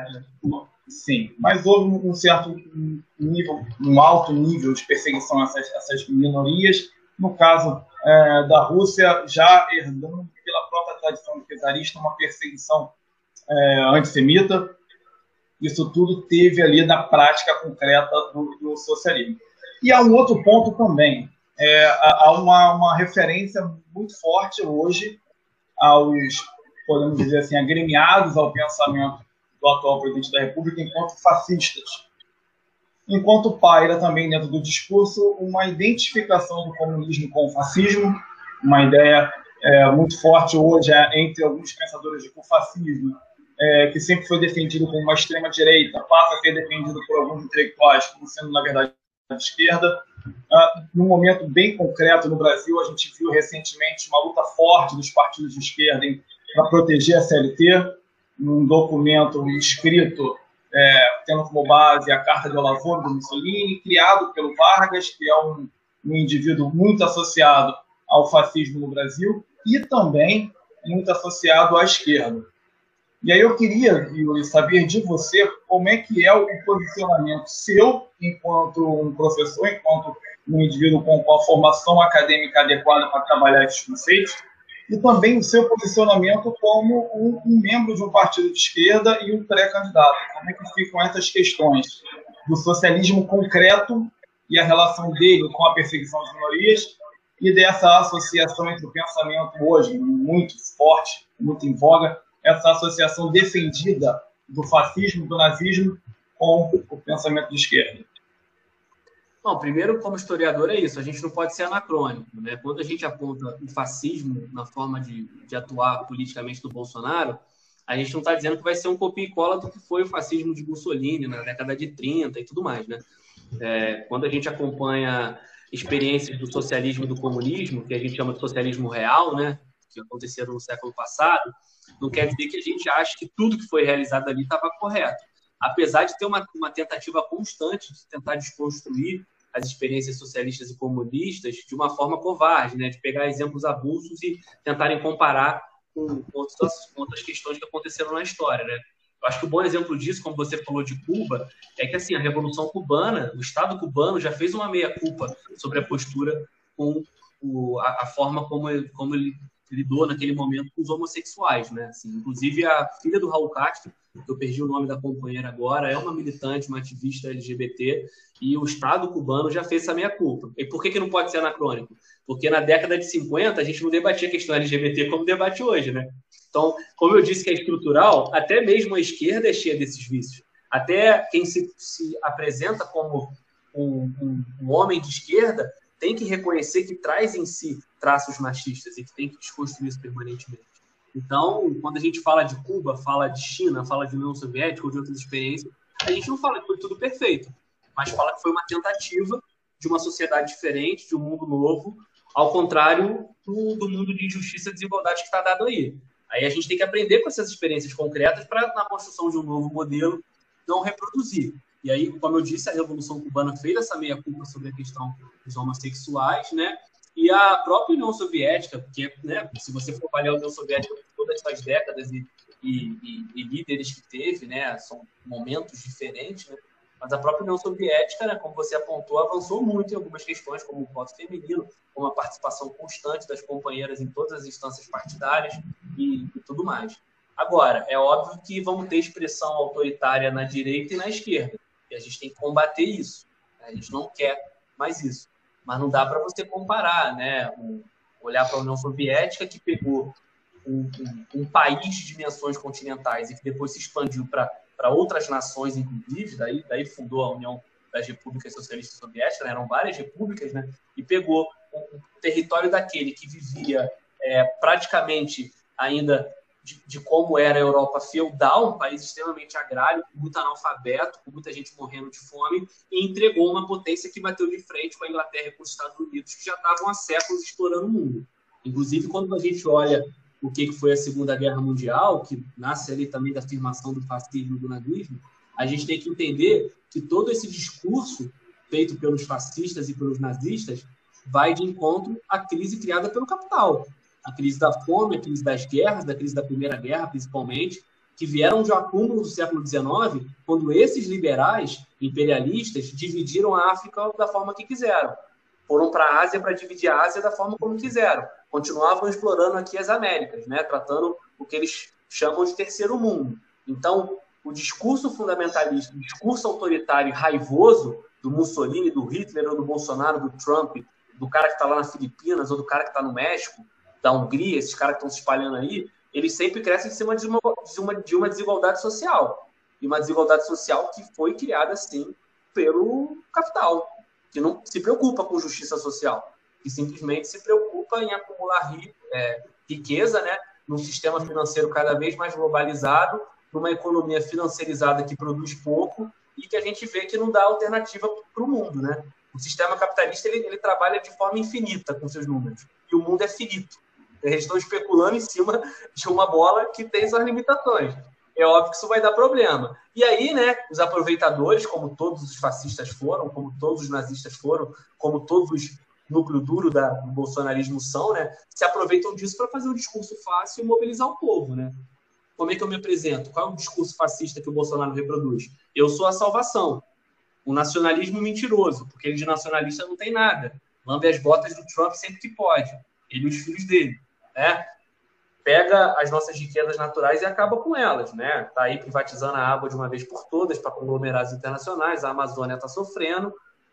Sim, mas houve um certo nível, um alto nível de perseguição a essas minorias. No caso da Rússia, já herdando pela própria tradição czarista uma perseguição antissemita. Isso tudo teve ali na prática concreta do socialismo. E há um outro ponto também. Há uma referência muito forte hoje aos, podemos dizer assim, agremiados ao pensamento do atual presidente da República enquanto fascistas. Enquanto paira também dentro do discurso uma identificação do comunismo com o fascismo, uma ideia muito forte hoje entre alguns pensadores de que o fascismo, que sempre foi defendido como uma extrema-direita, passa a ser defendido por alguns intelectuais como sendo, na verdade, de esquerda. Num momento bem concreto no Brasil, a gente viu recentemente uma luta forte dos partidos de esquerda para proteger a CLT, num documento escrito tendo como base a Carta de Olavoro do Mussolini, criado pelo Vargas, que é um indivíduo muito associado ao fascismo no Brasil e também muito associado à esquerda. E aí eu queria, Yuri, saber de você como é que é o posicionamento seu enquanto um professor, enquanto um indivíduo com a formação acadêmica adequada para trabalhar esses conceitos, e também o seu posicionamento como um membro de um partido de esquerda e um pré-candidato. Como é que ficam essas questões do socialismo concreto e a relação dele com a perseguição de minorias e dessa associação entre o pensamento hoje muito forte, muito em voga, essa associação defendida do fascismo, do nazismo, com o pensamento de esquerda? Bom, primeiro, como historiador, é isso. A gente não pode ser anacrônico, né? Quando a gente aponta o fascismo na forma de atuar politicamente do Bolsonaro, a gente não está dizendo que vai ser um copia e cola do que foi o fascismo de Mussolini na década de 30 e tudo mais, né? Quando a gente acompanha experiências do socialismo e do comunismo, que a gente chama de socialismo real, né? Que aconteceram no século passado, não quer dizer que a gente ache que tudo que foi realizado ali estava correto. Apesar de ter uma tentativa constante de tentar desconstruir as experiências socialistas e comunistas de uma forma covarde, né? De pegar exemplos avulsos e tentarem comparar com outras questões que aconteceram na história, né? Eu acho que um bom exemplo disso, como você falou de Cuba, é que assim, a Revolução Cubana, o Estado cubano já fez uma meia-culpa sobre a postura com a forma como ele lidou naquele momento com os homossexuais, né? Assim, inclusive a filha do Raul Castro, que eu perdi o nome da companheira agora, é uma militante, uma ativista LGBT, e o Estado cubano já fez essa meia-culpa. E por que não pode ser anacrônico? Porque na década de 50 a gente não debatia a questão LGBT como debate hoje, né? Então, como eu disse que é estrutural, até mesmo a esquerda é cheia desses vícios. Até quem se apresenta como um homem de esquerda tem que reconhecer que traz em si traços machistas e que tem que desconstruir isso permanentemente. Então, quando a gente fala de Cuba, fala de China, fala de União Soviética ou de outras experiências, a gente não fala que foi tudo perfeito, mas fala que foi uma tentativa de uma sociedade diferente, de um mundo novo, ao contrário do mundo de injustiça e desigualdade que está dado aí. Aí a gente tem que aprender com essas experiências concretas para, na construção de um novo modelo, não reproduzir. E aí, como eu disse, a Revolução Cubana fez essa meia-culpa sobre a questão dos homossexuais, né? E a própria União Soviética, porque, né, se você for avaliar a União Soviética por todas essas décadas e líderes que teve, né, são momentos diferentes, né? Mas a própria União Soviética, né, como você apontou, avançou muito em algumas questões, como o voto feminino, como a participação constante das companheiras em todas as instâncias partidárias e tudo mais. Agora, é óbvio que vamos ter expressão autoritária na direita e na esquerda, e a gente tem que combater isso. A gente não quer mais isso. Mas não dá para você comparar, né? Olhar para a União Soviética, que pegou um país de dimensões continentais e que depois se expandiu para outras nações, inclusive, daí fundou a União das Repúblicas Socialistas Soviéticas, né? Eram várias repúblicas, né? E pegou um território daquele que vivia praticamente ainda de como era a Europa feudal, um país extremamente agrário, com muito analfabeto, com muita gente morrendo de fome, e entregou uma potência que bateu de frente com a Inglaterra e com os Estados Unidos, que já estavam há séculos explorando o mundo. Inclusive, quando a gente olha o que foi a Segunda Guerra Mundial, que nasce ali também da afirmação do fascismo e do nazismo, a gente tem que entender que todo esse discurso feito pelos fascistas e pelos nazistas vai de encontro à crise criada pelo capital. A crise da fome, a crise das guerras, da crise da Primeira Guerra, principalmente, que vieram de um acúmulo do século XIX, quando esses liberais imperialistas dividiram a África da forma que quiseram. Foram para a Ásia para dividir a Ásia da forma como quiseram. Continuavam explorando aqui as Américas, né? Tratando o que eles chamam de terceiro mundo. Então, o discurso fundamentalista, o discurso autoritário e raivoso do Mussolini, do Hitler, ou do Bolsonaro, do Trump, do cara que está lá nas Filipinas, ou do cara que está no México, da Hungria, esses caras que estão se espalhando aí, eles sempre crescem em cima de uma desigualdade social. E uma desigualdade social que foi criada, sim, pelo capital, que não se preocupa com justiça social, que simplesmente se preocupa em acumular riqueza, né, num sistema financeiro cada vez mais globalizado, numa economia financiarizada que produz pouco e que a gente vê que não dá alternativa para o mundo, né? O sistema capitalista ele trabalha de forma infinita com seus números, e o mundo é finito. Eles estão especulando em cima de uma bola que tem suas limitações. É óbvio que isso vai dar problema. E aí, né, os aproveitadores, como todos os fascistas foram, como todos os nazistas foram, como todos os núcleo duro do bolsonarismo são, né, se aproveitam disso para fazer um discurso fácil e mobilizar o povo, né? Como é que eu me apresento? Qual é o discurso fascista que o Bolsonaro reproduz? Eu sou a salvação. O nacionalismo mentiroso, porque ele de nacionalista não tem nada. Lambe as botas do Trump sempre que pode. Ele e os filhos dele. Né? Pega as nossas riquezas naturais e acaba com elas, né? Tá aí privatizando a água de uma vez por todas para conglomerados internacionais, a Amazônia está sofrendo,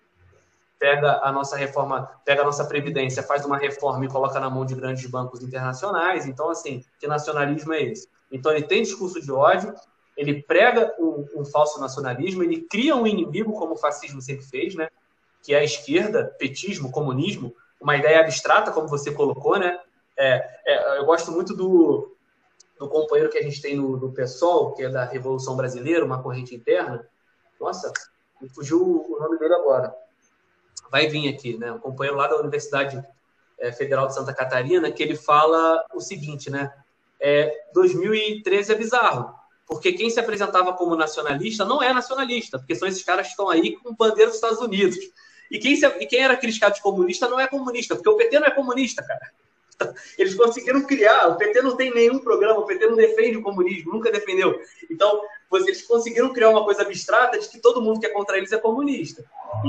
pega a nossa reforma, pega a nossa previdência, faz uma reforma e coloca na mão de grandes bancos internacionais. Então, assim, que nacionalismo é esse? Então, ele tem discurso de ódio, ele prega um falso nacionalismo, ele cria um inimigo, como o fascismo sempre fez, né? que é a esquerda, petismo, comunismo, uma ideia abstrata, como você colocou, né? Eu gosto muito do companheiro que a gente tem no PSOL, que é da Revolução Brasileira, uma corrente interna. Nossa, me fugiu o nome dele agora. Vai vir aqui, né? Um companheiro lá da Universidade Federal de Santa Catarina, que ele fala o seguinte, né? 2013 é bizarro, porque quem se apresentava como nacionalista não é nacionalista, porque são esses caras que estão aí com bandeira dos Estados Unidos. E quem era criticado de comunista não é comunista, porque o PT não é comunista, cara. Eles conseguiram criar, o PT não tem nenhum programa, o PT não defende o comunismo, nunca defendeu. Então, eles conseguiram criar uma coisa abstrata de que todo mundo que é contra eles é comunista.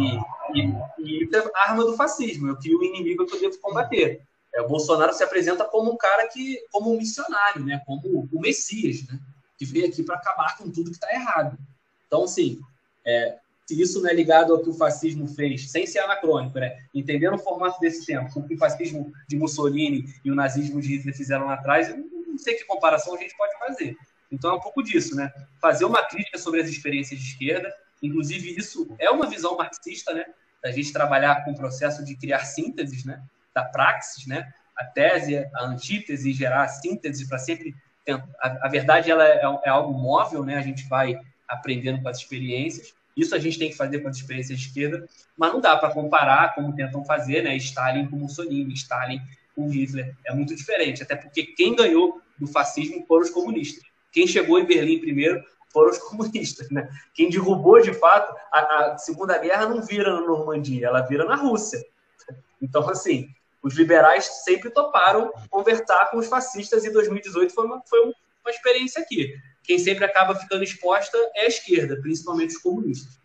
E isso é a arma do fascismo, eu crio um inimigo que eu devo combater. O Bolsonaro se apresenta como um cara como um missionário, né? Como o Messias, né? Que veio aqui para acabar com tudo que está errado. Então, assim, se isso não é ligado ao que o fascismo fez, sem ser anacrônico, né? Entendendo o formato desse tempo, o que o fascismo de Mussolini e o nazismo de Hitler fizeram lá atrás, eu não sei que comparação a gente pode fazer. Então é um pouco disso, né? Fazer uma crítica sobre as experiências de esquerda, inclusive isso é uma visão marxista, né? Da gente trabalhar com o processo de criar sínteses, né? Da praxis, né? A tese, a antítese, gerar a síntese para sempre... A verdade ela é algo móvel, né? A gente vai aprendendo com as experiências. Isso a gente tem que fazer com as experiências de esquerda, mas não dá para comparar, como tentam fazer, né? Stalin com Mussolini, Stalin com Hitler. É muito diferente, até porque quem ganhou do fascismo foram os comunistas. Quem chegou em Berlim primeiro foram os comunistas, né? Quem derrubou, de fato, a Segunda Guerra não vira na Normandia, ela vira na Rússia. Então, assim, os liberais sempre toparam conversar com os fascistas, e 2018 foi uma experiência aqui. Quem sempre acaba ficando exposta é a esquerda, principalmente os comunistas.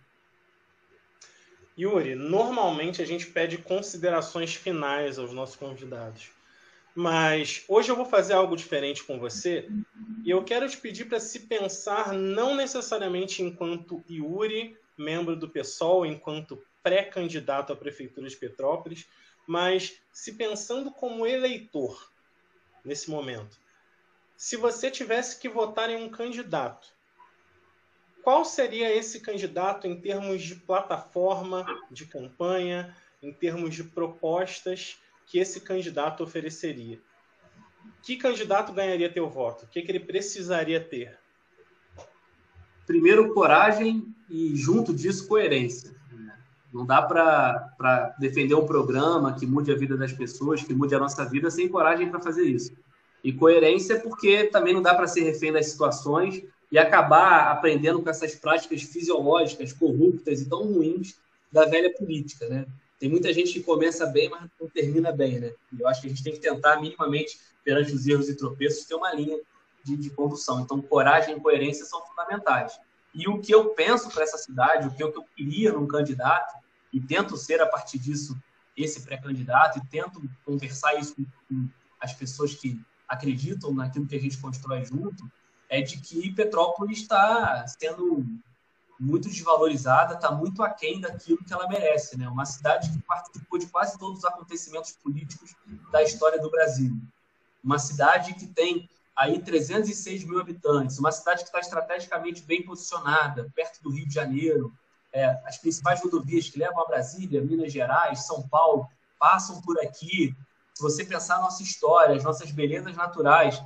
Yuri, normalmente a gente pede considerações finais aos nossos convidados. Mas hoje eu vou fazer algo diferente com você e eu quero te pedir para se pensar não necessariamente enquanto Yuri, membro do PSOL, enquanto pré-candidato à Prefeitura de Petrópolis, mas se pensando como eleitor nesse momento. Se você tivesse que votar em um candidato, qual seria esse candidato em termos de plataforma, de campanha, em termos de propostas que esse candidato ofereceria? Que candidato ganharia teu voto? O que ele precisaria ter? Primeiro, coragem e, junto disso, coerência. Não dá para defender um programa que mude a vida das pessoas, que mude a nossa vida, sem coragem para fazer isso. E coerência porque também não dá para ser refém das situações e acabar aprendendo com essas práticas fisiológicas, corruptas e tão ruins da velha política, né? Tem muita gente que começa bem, mas não termina bem, né? E eu acho que a gente tem que tentar, minimamente, perante os erros e tropeços, ter uma linha de condução. Então, coragem e coerência são fundamentais. E o que eu penso para essa cidade, o que eu queria num candidato, e tento ser, a partir disso, esse pré-candidato, e tento conversar isso com as pessoas que acreditam naquilo que a gente constrói junto, é de que Petrópolis está sendo muito desvalorizada, está muito aquém daquilo que ela merece, né? Uma cidade que participou de quase todos os acontecimentos políticos da história do Brasil. Uma cidade que tem aí 306 mil habitantes, uma cidade que está estrategicamente bem posicionada, perto do Rio de Janeiro. As principais rodovias que levam a Brasília, Minas Gerais, São Paulo, passam por aqui. Se você pensar na nossa história, as nossas belezas naturais,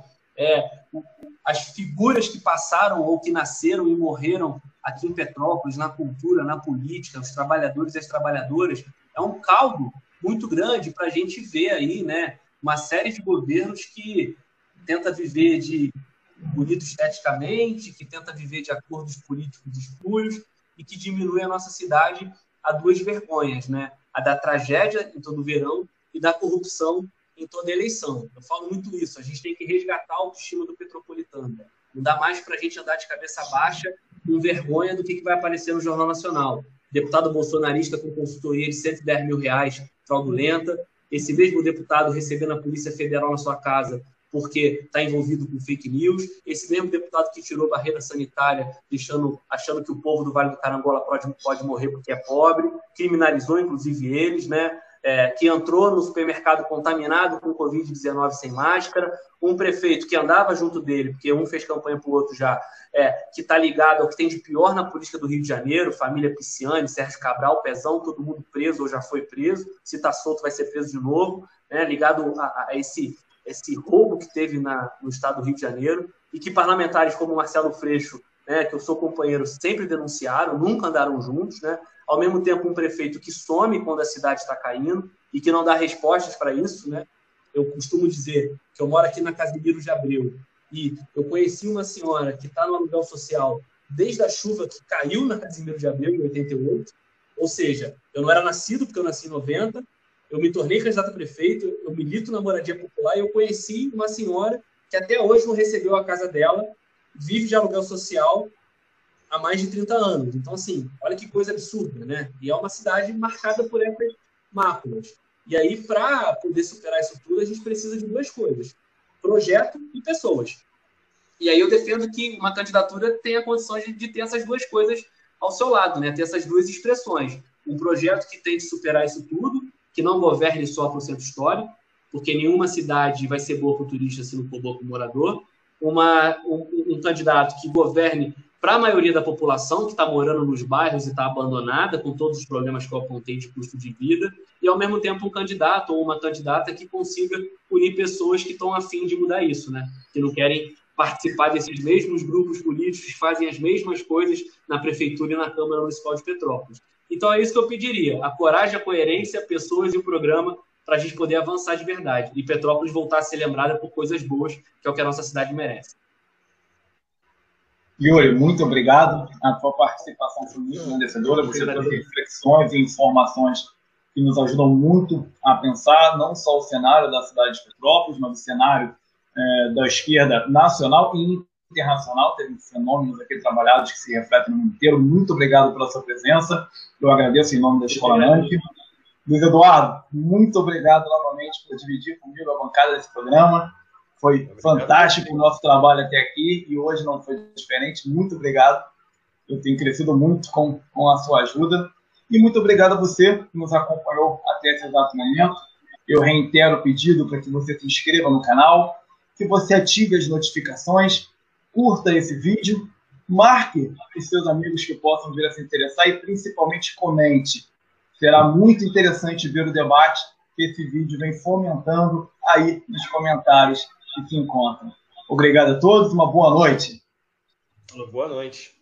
as figuras que passaram ou que nasceram e morreram aqui em Petrópolis, na cultura, na política, os trabalhadores e as trabalhadoras, é um caldo muito grande para a gente ver aí, né, uma série de governos que tenta viver de bonito esteticamente, que tenta viver de acordos políticos espúrios e que diminui a nossa cidade a duas vergonhas, né? A da tragédia em todo verão e da corrupção em toda eleição. Eu falo muito isso, a gente tem que resgatar a autoestima do petropolitano. Não dá mais para a gente andar de cabeça baixa com vergonha do que vai aparecer no Jornal Nacional. Deputado bolsonarista com consultoria de R$110 mil fraudulenta, esse mesmo deputado recebendo a Polícia Federal na sua casa porque está envolvido com fake news, esse mesmo deputado que tirou barreira sanitária, achando que o povo do Vale do Carangola pode morrer porque é pobre, criminalizou inclusive eles, né? que entrou no supermercado contaminado com Covid-19 sem máscara, um prefeito que andava junto dele, porque um fez campanha para o outro já, que está ligado ao que tem de pior na política do Rio de Janeiro, família Pisciani, Sérgio Cabral, Pezão, todo mundo preso ou já foi preso, se está solto vai ser preso de novo, né, ligado a esse roubo que teve no estado do Rio de Janeiro, e que parlamentares como Marcelo Freixo, né, que eu sou companheiro, sempre denunciaram, nunca andaram juntos, né? Ao mesmo tempo um prefeito que some quando a cidade está caindo e que não dá respostas para isso, né? Eu costumo dizer que eu moro aqui na Casimiro de Abreu e eu conheci uma senhora que está no aluguel social desde a chuva que caiu na Casimiro de Abreu em 88, ou seja, eu não era nascido porque eu nasci em 90, eu me tornei candidato a prefeito, eu milito na moradia popular e eu conheci uma senhora que até hoje não recebeu a casa dela, vive de aluguel social há mais de 30 anos. Então, assim, olha que coisa absurda, né? E é uma cidade marcada por essas máculas. E aí, para poder superar isso tudo, a gente precisa de duas coisas: projeto e pessoas. E aí eu defendo que uma candidatura tenha condições de ter essas duas coisas ao seu lado, né? Ter essas duas expressões. Um projeto que tente superar isso tudo, que não governe só para o centro histórico, porque nenhuma cidade vai ser boa para o turista se não for boa para o morador. Um candidato que governe para a maioria da população que está morando nos bairros e está abandonada, com todos os problemas que eu apontei de custo de vida, e, ao mesmo tempo, um candidato ou uma candidata que consiga unir pessoas que estão a fim de mudar isso, né? Que não querem participar desses mesmos grupos políticos que fazem as mesmas coisas na Prefeitura e na Câmara Municipal de Petrópolis. Então, é isso que eu pediria: a coragem, a coerência, pessoas e o programa para a gente poder avançar de verdade. E Petrópolis voltar a ser lembrada por coisas boas, que é o que a nossa cidade merece. Yuri, muito obrigado. A tua participação foi muito engrandecedora. Você trouxe reflexões e informações que nos ajudam muito a pensar não só o cenário da cidade de Petrópolis, mas o cenário da esquerda nacional e internacional. Teve fenômenos aqui trabalhados que se refletem no mundo inteiro. Muito obrigado pela sua presença. Eu agradeço em nome da Escola NANC. Luiz Eduardo, muito obrigado novamente por dividir comigo a bancada desse programa. Foi fantástico o nosso trabalho até aqui e hoje não foi diferente. Muito obrigado. Eu tenho crescido muito com a sua ajuda. E muito obrigado a você que nos acompanhou até esse exato momento. Eu reitero o pedido para que você se inscreva no canal, que você ative as notificações, curta esse vídeo, marque os seus amigos que possam vir a se interessar e principalmente comente. Será muito interessante ver o debate que esse vídeo vem fomentando aí nos comentários que se encontram. Obrigado a todos, uma boa noite. Boa noite.